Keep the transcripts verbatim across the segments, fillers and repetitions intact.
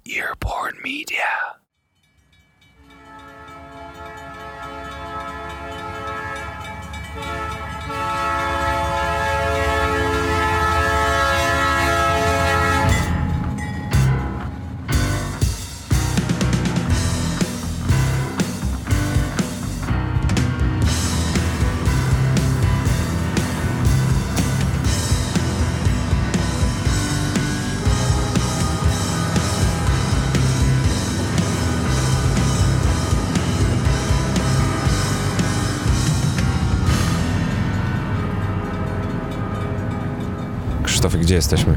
Earborn Media. Krzysztofie, gdzie jesteśmy?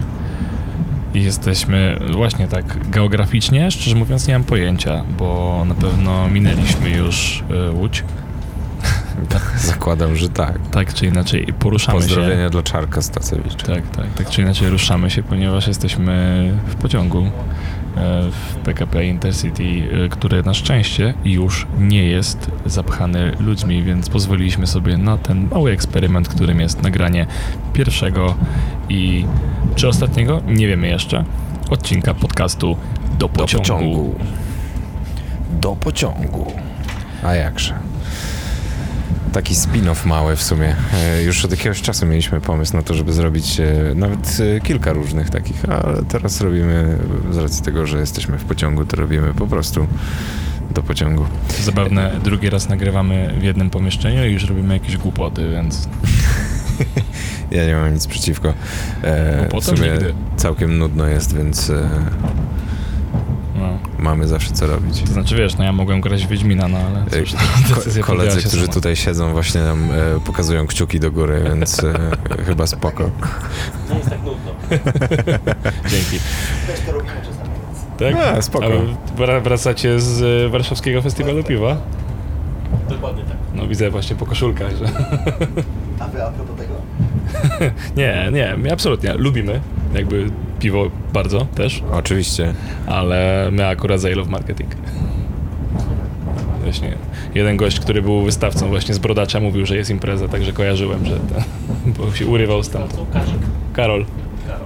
Jesteśmy właśnie tak geograficznie, szczerze mówiąc nie mam pojęcia, bo na pewno minęliśmy już y, Łódź. Zakładam, że tak. Tak czy inaczej poruszamy Pozdrowienia się. Pozdrowienia dla Czarka Stacewicza. Tak, tak, tak czy inaczej ruszamy się, ponieważ jesteśmy w pociągu w P K P Intercity, który na szczęście już nie jest zapchany ludźmi, więc pozwoliliśmy sobie na ten mały eksperyment, którym jest nagranie pierwszego i czy ostatniego? Nie wiemy jeszcze. Odcinka podcastu Do Pociągu. Do pociągu. Do pociągu. A jakże. Taki spin-off mały w sumie. Już od jakiegoś czasu mieliśmy pomysł na to, żeby zrobić nawet kilka różnych takich, ale teraz robimy, z racji tego, że jesteśmy w pociągu, to robimy po prostu do pociągu. Zabawne, drugi raz nagrywamy w jednym pomieszczeniu i już robimy jakieś głupoty, więc... Ja nie mam nic przeciwko. E, w sumie nigdy. Całkiem nudno jest, więc e, no. mamy zawsze co robić. To znaczy, wiesz, no ja mogłem grać w Wiedźmina, no ale cóż, Ko- koledzy, którzy sama. tutaj siedzą, właśnie nam e, pokazują kciuki do góry, więc e, chyba spoko. Nie jest tak nudno. Dzięki. Też to robimy czasami. Tak? A, spoko. A wracacie z warszawskiego festiwalu piwa? Dokładnie tak. No widzę właśnie po koszulkach, że... A wy a propos tego? nie, nie, my absolutnie lubimy jakby piwo bardzo też. Oczywiście. Ale my akurat za I Love Marketing. Właśnie jeden gość, który był wystawcą właśnie z Brodacza, mówił, że jest impreza, także kojarzyłem, że to, bo się urywał stamtąd. Karol. Karol.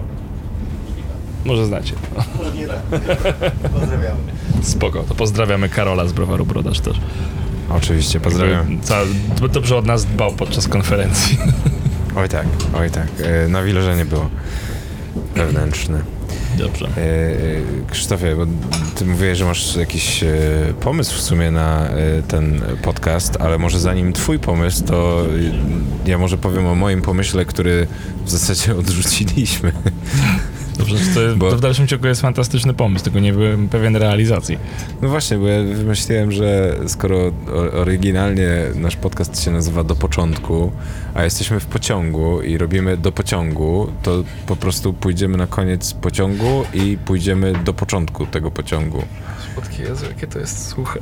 Może znacie. Może nie tak. Pozdrawiamy. Spoko, to pozdrawiamy Karola z browaru Brodacz też. Oczywiście, pozdrawiam. Ca- dobrze od nas dbał podczas konferencji. Oj tak, oj tak. Na Wilorze nie było. Wewnętrzne. Dobrze. Krzysztofie, bo ty mówiłeś, że masz jakiś pomysł w sumie na ten podcast, ale może zanim twój pomysł, to ja może powiem o moim pomyśle, który w zasadzie odrzuciliśmy. Dobrze, to, jest, bo, to w dalszym ciągu jest fantastyczny pomysł, tylko nie byłem pewien realizacji. No właśnie, bo ja wymyśliłem, że skoro oryginalnie nasz podcast się nazywa Do Początku, a jesteśmy w pociągu i robimy do pociągu, to po prostu pójdziemy na koniec pociągu i pójdziemy do początku tego pociągu. Słodkie Jezu, jakie to jest suche.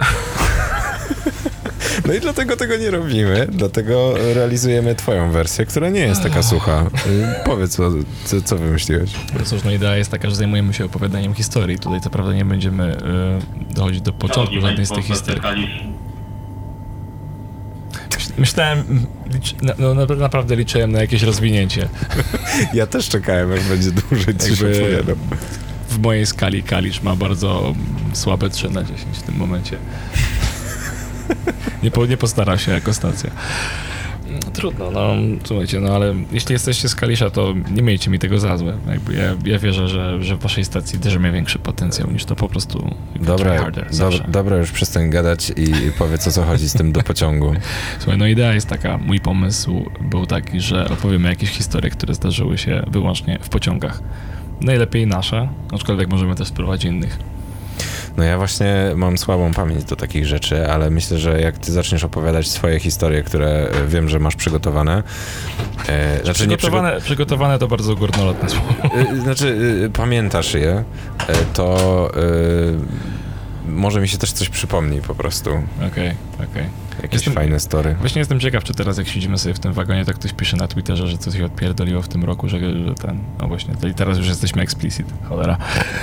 No i dlatego tego nie robimy, dlatego realizujemy twoją wersję, która nie jest taka sucha. Powiedz, co, co, co wymyśliłeś. No cóż, no idea jest taka, że zajmujemy się opowiadaniem historii. Tutaj co prawda nie będziemy y, dochodzić do początku żadnej z tych historii. Myślałem, licz, no, no naprawdę liczyłem na jakieś rozwinięcie. Ja też czekałem, jak będzie dłużej, coś opowiadam. W mojej skali Kalisz ma bardzo słabe trzy na dziesięć w tym momencie. Nie, po, nie postarał się jako stacja. No, trudno, no słuchajcie, no ale jeśli jesteście z Kalisza, to nie miejcie mi tego za złe. Jakby ja, ja wierzę, że, że w waszej stacji też ma większy potencjał niż to po prostu. Dobra, do, dobra, już przestań gadać i powiedz, o co chodzi z tym do pociągu. Słuchaj, no idea jest taka, mój pomysł był taki, że opowiemy jakieś historie, które zdarzyły się wyłącznie w pociągach. Najlepiej nasze, aczkolwiek możemy też spróbować innych. No ja właśnie mam słabą pamięć do takich rzeczy, ale myślę, że jak ty zaczniesz opowiadać swoje historie, które wiem, że masz przygotowane... E, znaczy przygotowane, nie przygo- przygotowane to bardzo górnolotne słowo. E, znaczy, e, pamiętasz je, e, to e, może mi się też coś przypomni po prostu. Okej, okay, okej. Okay. Jakieś jestem, fajne story. Właśnie jestem ciekaw, czy teraz jak siedzimy sobie w tym wagonie, to ktoś pisze na Twitterze, że coś odpierdoliło w tym roku, że, że ten... No właśnie, i teraz już jesteśmy explicit, cholera.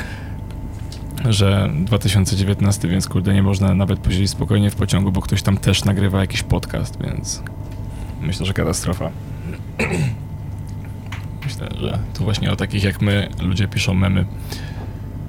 Że dwa tysiące dziewiętnasty, więc kurde, nie można nawet posiedzieć spokojnie w pociągu, bo ktoś tam też nagrywa jakiś podcast, więc myślę, że katastrofa. Myślę, że tu właśnie o takich jak my ludzie piszą memy.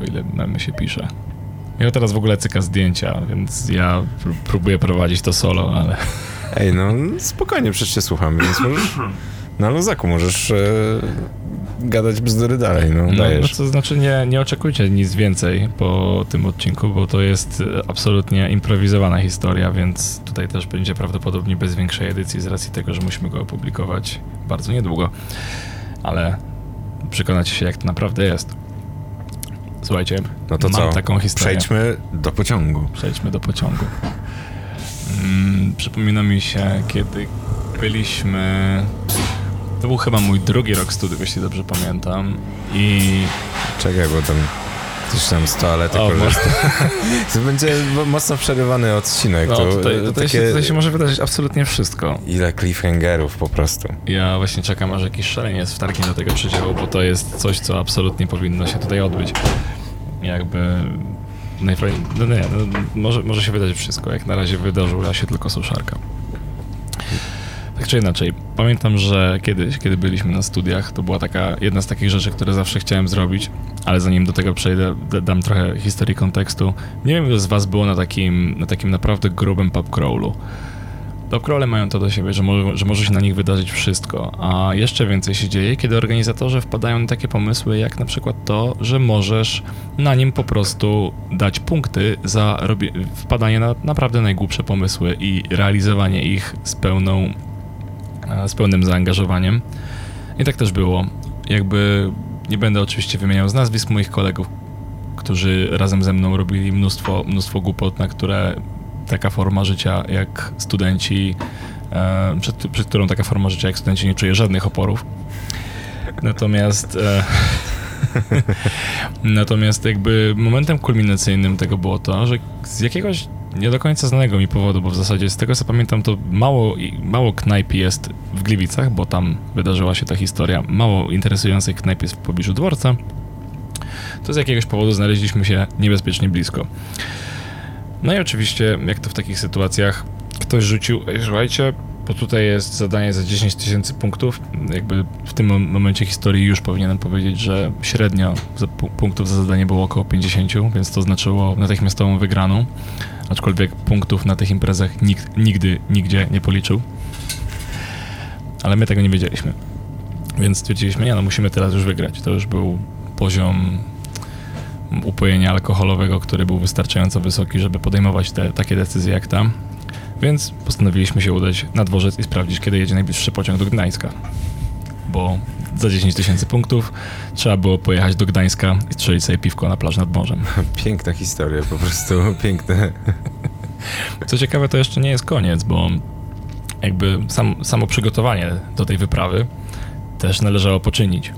o ile memy się pisze. Ja teraz w ogóle cyka zdjęcia, więc ja pró- próbuję prowadzić to solo, ale... Ej, no spokojnie, przecież cię słucham, więc możesz... Na luzaku możesz e, gadać bzdury dalej, no, No, dajesz. no to znaczy nie, nie oczekujcie nic więcej po tym odcinku, bo to jest absolutnie improwizowana historia, więc tutaj też będzie prawdopodobnie bez większej edycji z racji tego, że musimy go opublikować bardzo niedługo. Ale przekonacie się, jak to naprawdę jest. Słuchajcie, No to mam co? taką historię. Przejdźmy do pociągu. Przejdźmy do pociągu. Mm, przypomina mi się, kiedy byliśmy... To był chyba mój drugi rok studiów, jeśli dobrze pamiętam. I... Czekaj, bo tam ktoś tam z toalety O, korzysta. To będzie mocno przerywany odcinek. No, to, tutaj, tutaj, takie... się, tutaj się może wydarzyć absolutnie wszystko. Ile cliffhangerów po prostu. Ja właśnie czekam, aż jakiś szaleniec wtargnie do tego przedziału, bo to jest coś, co absolutnie powinno się tutaj odbyć. Jakby... Najprawdopodobniej... No nie, no, może, może się wydarzyć wszystko. Jak na razie wydarzyła się tylko suszarka. Tak czy inaczej, pamiętam, że kiedyś, kiedy byliśmy na studiach, to była taka jedna z takich rzeczy, które zawsze chciałem zrobić, ale zanim do tego przejdę, d- dam trochę historii kontekstu. Nie wiem, ilu z was było na takim, na takim naprawdę grubym pub crawlu. Pub crawle mają to do siebie, że, mo- że może się na nich wydarzyć wszystko, a jeszcze więcej się dzieje, kiedy organizatorzy wpadają na takie pomysły, jak na przykład to, że możesz na nim po prostu dać punkty za robi- wpadanie na naprawdę najgłupsze pomysły i realizowanie ich z pełną z pełnym zaangażowaniem. I tak też było. Jakby nie będę oczywiście wymieniał z nazwisk moich kolegów, którzy razem ze mną robili mnóstwo, mnóstwo głupot, na które taka forma życia jak studenci, e, przed, przed którą taka forma życia jak studenci nie czuje żadnych oporów. Natomiast e, natomiast jakby momentem kulminacyjnym tego było to, że z jakiegoś nie do końca znanego mi powodu, bo w zasadzie z tego co pamiętam, to mało, mało knajp jest w Gliwicach, bo tam wydarzyła się ta historia, mało interesujących knajp jest w pobliżu dworca, to z jakiegoś powodu znaleźliśmy się niebezpiecznie blisko. No i oczywiście, jak to w takich sytuacjach, ktoś rzucił, ej, słuchajcie, bo tutaj jest zadanie za dziesięć tysięcy punktów, jakby w tym momencie historii już powinienem powiedzieć, że średnio za punktów za zadanie było około pięćdziesiąt, więc to znaczyło natychmiastową wygraną, aczkolwiek punktów na tych imprezach nikt nigdy, nigdzie nie policzył. Ale my tego nie wiedzieliśmy. Więc stwierdziliśmy, nie no, musimy teraz już wygrać. To już był poziom upojenia alkoholowego, który był wystarczająco wysoki, żeby podejmować te takie decyzje jak ta. Więc postanowiliśmy się udać na dworzec i sprawdzić, kiedy jedzie najbliższy pociąg do Gdańska. Bo za dziesięć tysięcy punktów trzeba było pojechać do Gdańska i strzelić sobie piwko na plaży nad morzem. Piękna historia, po prostu piękne. Co ciekawe, to jeszcze nie jest koniec, bo jakby sam, samo przygotowanie do tej wyprawy też należało poczynić.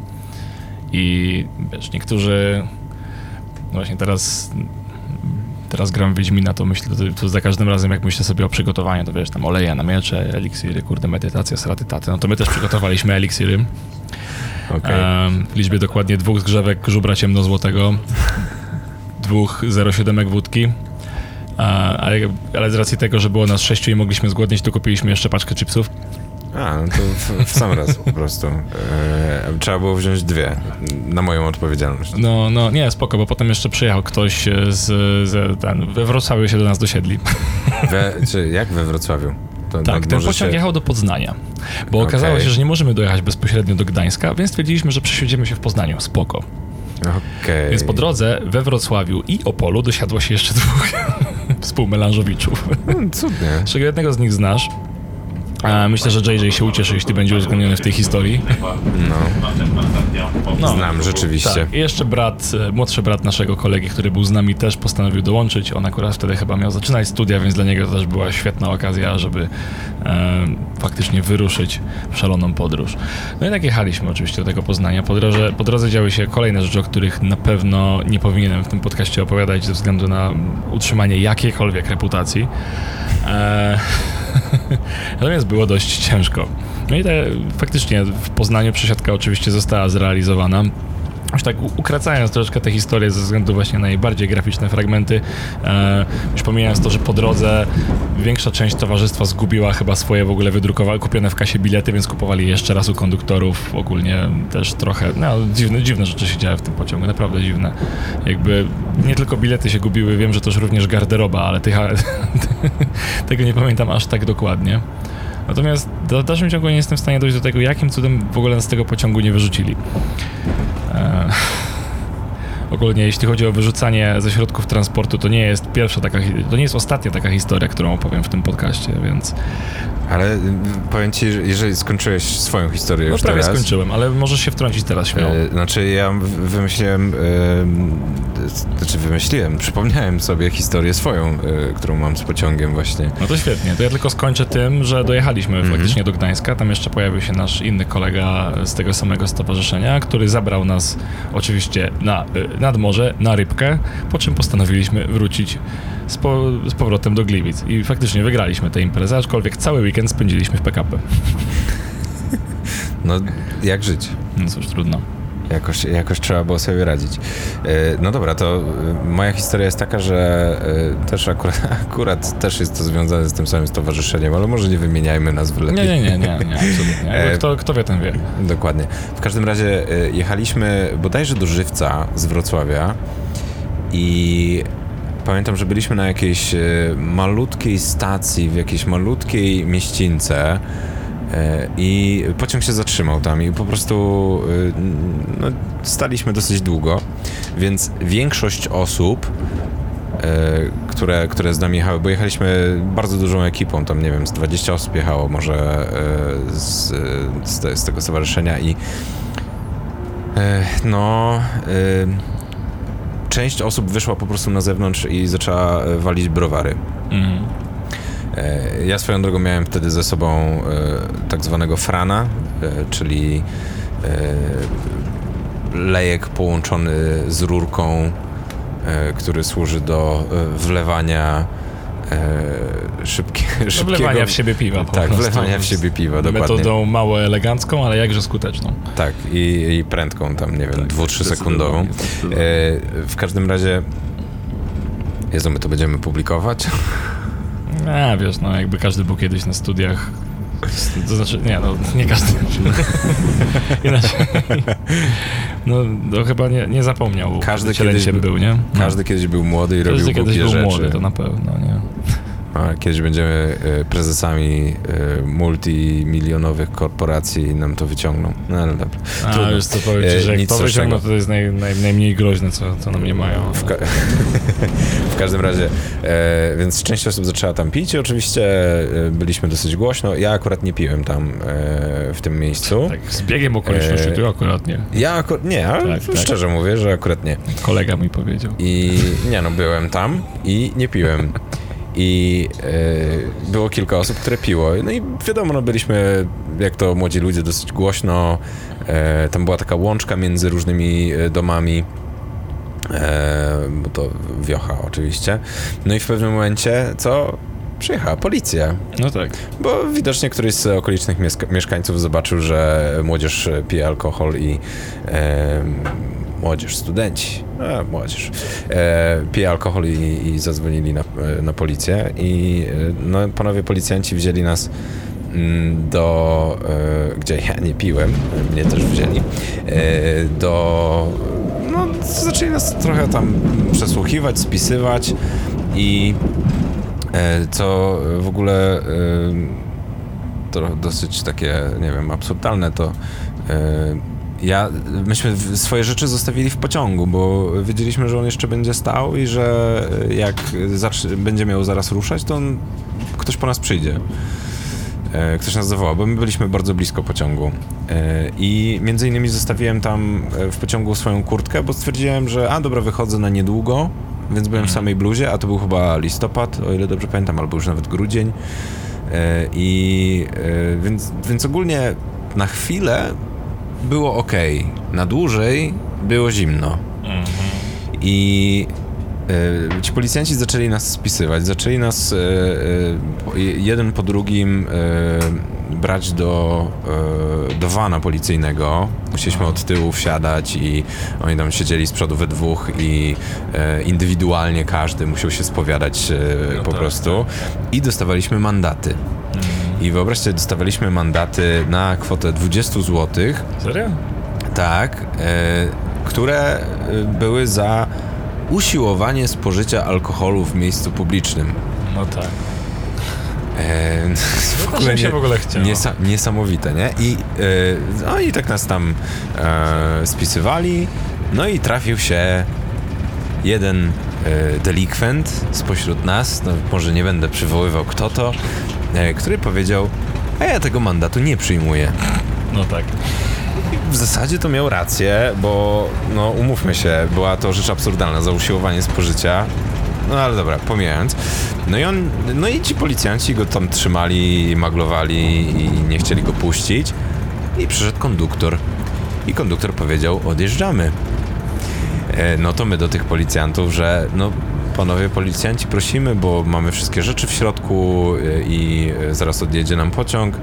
I wiesz, niektórzy... No właśnie teraz... Teraz gram Wiedźmina, to myślę, to, to za każdym razem jak myślę sobie o przygotowaniu, to wiesz, tam oleje na miecze, eliksiry, kurde, medytacja, sraty, taty, no to my też przygotowaliśmy eliksiry. Okay. Um, w liczbie dokładnie dwóch zgrzewek żubra ciemnozłotego, dwóch zero siedem wódki, a, ale, ale z racji tego, że było nas sześciu i mogliśmy zgłodnieć, to kupiliśmy jeszcze paczkę chipsów. A, no to w, w sam raz po prostu. E, trzeba było wziąć dwie, na moją odpowiedzialność. No, no, nie, spoko, bo potem jeszcze przyjechał ktoś z, z ten, we Wrocławiu się do nas dosiedli. We, czy jak we Wrocławiu? To, tak, no, ten pociąg się... jechał do Poznania, bo okay. okazało się, że nie możemy dojechać bezpośrednio do Gdańska, więc stwierdziliśmy, że przesiedzimy się w Poznaniu, spoko. Okay. Więc po drodze we Wrocławiu i Opolu dosiadło się jeszcze dwóch współmelanżowiczów. Hmm, cudnie. Czego jednego z nich znasz. A myślę, że J J się ucieszy, jeśli będzie uwzględniony w tej historii. No. no. Znam, rzeczywiście. Tak. I jeszcze brat, młodszy brat naszego kolegi, który był z nami, też postanowił dołączyć. On akurat wtedy chyba miał zaczynać studia, więc dla niego to też była świetna okazja, żeby e, faktycznie wyruszyć w szaloną podróż. No i tak jechaliśmy oczywiście do tego Poznania. Po drodze, po drodze działy się kolejne rzeczy, o których na pewno nie powinienem w tym podcaście opowiadać ze względu na utrzymanie jakiejkolwiek reputacji. E, Natomiast było dość ciężko. No i te, faktycznie w Poznaniu przesiadka oczywiście została zrealizowana. Już tak ukracając troszkę tę historię ze względu właśnie na najbardziej graficzne fragmenty, e, już pomijając to, że po drodze większa część towarzystwa zgubiła chyba swoje w ogóle wydrukowane, kupione w kasie bilety, więc kupowali jeszcze raz u konduktorów. Ogólnie też trochę, no dziwne, dziwne rzeczy się działy w tym pociągu, naprawdę dziwne. Jakby nie tylko bilety się gubiły, wiem, że też również garderoba, ale tych, tego nie pamiętam aż tak dokładnie. Natomiast w dalszym ciągu nie jestem w stanie dojść do tego, jakim cudem w ogóle nas z tego pociągu nie wyrzucili. E, ogólnie jeśli chodzi o wyrzucanie ze środków transportu, to nie jest pierwsza taka, to nie jest ostatnia taka historia, którą opowiem w tym podcaście, więc... Ale powiem ci, jeżeli skończyłeś swoją historię no już prawie teraz... skończyłem, ale możesz się wtrącić teraz śmiało. E, znaczy ja wymyśliłem, e, znaczy wymyśliłem, przypomniałem sobie historię swoją, e, którą mam z pociągiem właśnie. No to świetnie, to ja tylko skończę tym, że dojechaliśmy mm-hmm. faktycznie do Gdańska, tam jeszcze pojawił się nasz inny kolega z tego samego stowarzyszenia, który zabrał nas oczywiście na, nad morze, na rybkę, po czym postanowiliśmy wrócić z, po, z powrotem do Gliwic i faktycznie wygraliśmy tę imprezę, aczkolwiek cały weekend spędziliśmy w P K P. No, jak żyć? No cóż, trudno. Jakoś, jakoś trzeba było sobie radzić. No dobra, to moja historia jest taka, że też akurat, akurat też jest to związane z tym samym stowarzyszeniem, ale może nie wymieniajmy nazw lepiej. Nie, nie, nie, nie, nie absolutnie. Kto, kto wie, ten wie. Dokładnie. W każdym razie jechaliśmy bodajże do Żywca z Wrocławia i pamiętam, że byliśmy na jakiejś malutkiej stacji, w jakiejś malutkiej mieścińce i pociąg się zatrzymał tam i po prostu no, staliśmy dosyć długo, więc większość osób, które, które z nami jechały, bo jechaliśmy bardzo dużą ekipą, tam nie wiem, z dwadzieścia osób jechało może z, z, te, z tego stowarzyszenia i no... część osób wyszła po prostu na zewnątrz i zaczęła walić browary. Mhm. Ja swoją drogą miałem wtedy ze sobą e, tak zwanego frana, e, czyli e, lejek połączony z rurką, e, który służy do e, wlewania e, szybkie, szybkiego... Wlewania w siebie piwa. Tak, wlewania w siebie piwa, dokładnie. Metodą mało elegancką, ale jakże skuteczną. Tak, i, i prędką tam, nie wiem, tak, dwu-trzy sekundową. E, w każdym razie... Jezu, my to będziemy publikować? A, wiesz, no jakby każdy był kiedyś na studiach, to znaczy, nie, no nie każdy. Inaczej. No, to chyba nie, nie zapomniał. Każdy kiedyś był, był, nie? No. Każdy kiedyś był młody i każdy robił głupie kiedyś rzeczy. był młody, to na pewno, nie? A kiedyś będziemy prezesami multimilionowych korporacji i nam to wyciągną. No ale dobra. A, Trudno. Już co powiem ci, że jak to wyciągną, to jest naj, naj, najmniej groźne, co, co na mnie mają. W, ka- w każdym razie, e, więc część osób zaczęła tam pić i oczywiście e, byliśmy dosyć głośno. Ja akurat nie piłem tam e, w tym miejscu. Tak, z biegiem okoliczności, e, to akurat nie. Ja akurat nie, ale tak, szczerze tak. mówię, że akurat nie. Kolega mi powiedział. I nie no, byłem tam i nie piłem. I e, było kilka osób, które piło. No i wiadomo, no byliśmy, jak to młodzi ludzie, dosyć głośno. E, tam była taka łączka między różnymi domami. E, bo to wiocha oczywiście. No i w pewnym momencie, co? Przyjechała policja. No tak. Bo widocznie któryś z okolicznych mieska- mieszkańców zobaczył, że młodzież pije alkohol i e, młodzież, studenci, a, młodzież, e, pije alkohol i, i zadzwonili na, na policję i no, panowie policjanci wzięli nas do, e, gdzie ja nie piłem, mnie też wzięli, e, do, no zaczęli nas trochę tam przesłuchiwać, spisywać i e, co w ogóle e, to dosyć takie, nie wiem, absurdalne to e, Ja, myśmy swoje rzeczy zostawili w pociągu, bo wiedzieliśmy, że on jeszcze będzie stał i że jak zacz- będzie miał zaraz ruszać, to on, ktoś po nas przyjdzie. E, ktoś nas zawoła, bo my byliśmy bardzo blisko pociągu. E, I między innymi zostawiłem tam w pociągu swoją kurtkę, bo stwierdziłem, że a dobra, wychodzę na niedługo, więc byłem w samej bluzie, a to był chyba listopad, o ile dobrze pamiętam, albo już nawet grudzień. E, I e, więc, więc ogólnie na chwilę było okej, na dłużej było zimno. Mhm. I e, ci policjanci zaczęli nas spisywać, zaczęli nas e, e, jeden po drugim e, brać do, e, do vana policyjnego. Musieliśmy od tyłu wsiadać i oni tam siedzieli z przodu we dwóch i e, indywidualnie każdy musiał się spowiadać e, No po tak, prostu i dostawaliśmy mandaty. I wyobraźcie, dostawaliśmy mandaty na kwotę dwadzieścia złotych. Serio? Tak, e, które e, były za usiłowanie spożycia alkoholu w miejscu publicznym. No tak. E, w No to, że się w ogóle chciało. niesa, niesamowite, nie? I e, oni tak nas tam e, spisywali, no i trafił się jeden e, delikwent spośród nas, no może nie będę przywoływał kto to, e, który powiedział, a ja tego mandatu nie przyjmuję. No tak. W zasadzie to miał rację, bo no umówmy się, była to rzecz absurdalna za usiłowanie spożycia. No ale dobra, pomijając. No i on, no i ci policjanci go tam trzymali, maglowali i nie chcieli go puścić. I przyszedł konduktor. I konduktor powiedział, odjeżdżamy. E, no to my do tych policjantów, że no panowie policjanci prosimy, bo mamy wszystkie rzeczy w środku e, i e, zaraz odjedzie nam pociąg.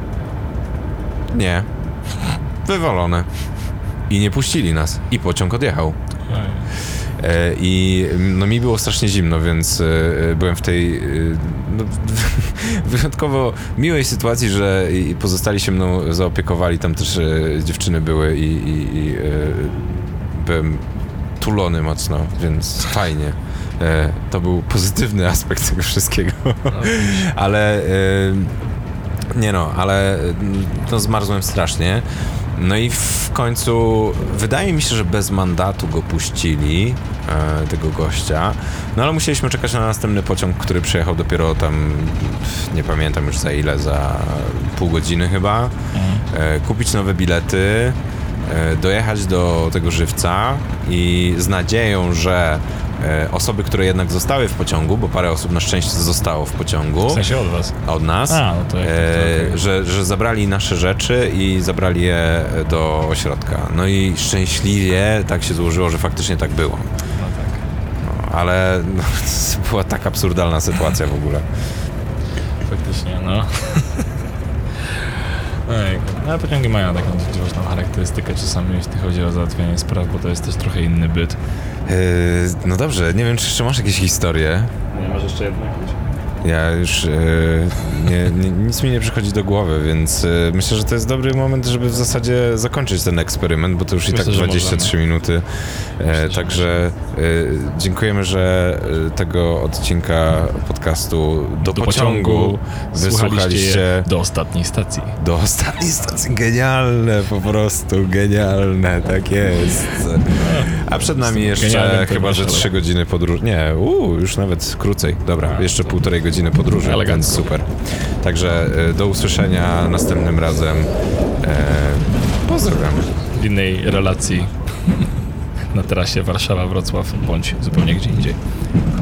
Nie. Wywalone. I nie puścili nas. I pociąg odjechał. E, I no mi było strasznie zimno, więc e, byłem w tej e, no, wyjątkowo miłej sytuacji, że i pozostali się mną zaopiekowali. Tam też e, dziewczyny były i, i, i e, byłem tulony mocno, więc fajnie. E, to był pozytywny aspekt tego wszystkiego. Ale e, nie no, ale no, zmarzłem strasznie. No i w końcu wydaje mi się, że bez mandatu go puścili, e, tego gościa. No ale musieliśmy czekać na następny pociąg, który przyjechał dopiero tam, nie pamiętam już za ile, za pół godziny chyba. E, kupić nowe bilety, e, dojechać do tego Żywca i z nadzieją, że e, osoby, które jednak zostały w pociągu, bo parę osób na szczęście zostało w pociągu. W sensie od was? Od nas, A, no to jak to, to okay. że, że zabrali nasze rzeczy i zabrali je do ośrodka. No i szczęśliwie tak się złożyło, że faktycznie tak było. No tak. No, ale no, to była tak absurdalna sytuacja w ogóle. Faktycznie, no. Ej, ale pociągi mają taką dziwną charakterystykę czasami, jeśli chodzi o załatwianie spraw, bo to jest też trochę inny byt. Yy, no dobrze, nie wiem, czy jeszcze masz jakieś historie? Nie, masz jeszcze jedno jakieś? Ja już yy, nie, nie, nic mi nie przychodzi do głowy, więc yy, myślę, że to jest dobry moment, żeby w zasadzie zakończyć ten eksperyment, bo to już Myślę, i tak dwadzieścia trzy minuty. Myślę, E, także yy, dziękujemy, że yy, tego odcinka podcastu Do, Do pociągu, pociągu wysłuchaliście do ostatniej stacji. do ostatniej stacji. Genialne, po prostu genialne, tak jest. A przed nami jeszcze Genialnym chyba, że pewnie, trzy godziny podróży. Nie, uu, już nawet krócej. Dobra, jeszcze półtorej godziny podróży, więc Elegancko. super. Także e, do usłyszenia następnym razem. E, pozdrawiam. W innej relacji na trasie Warszawa-Wrocław bądź zupełnie gdzie indziej.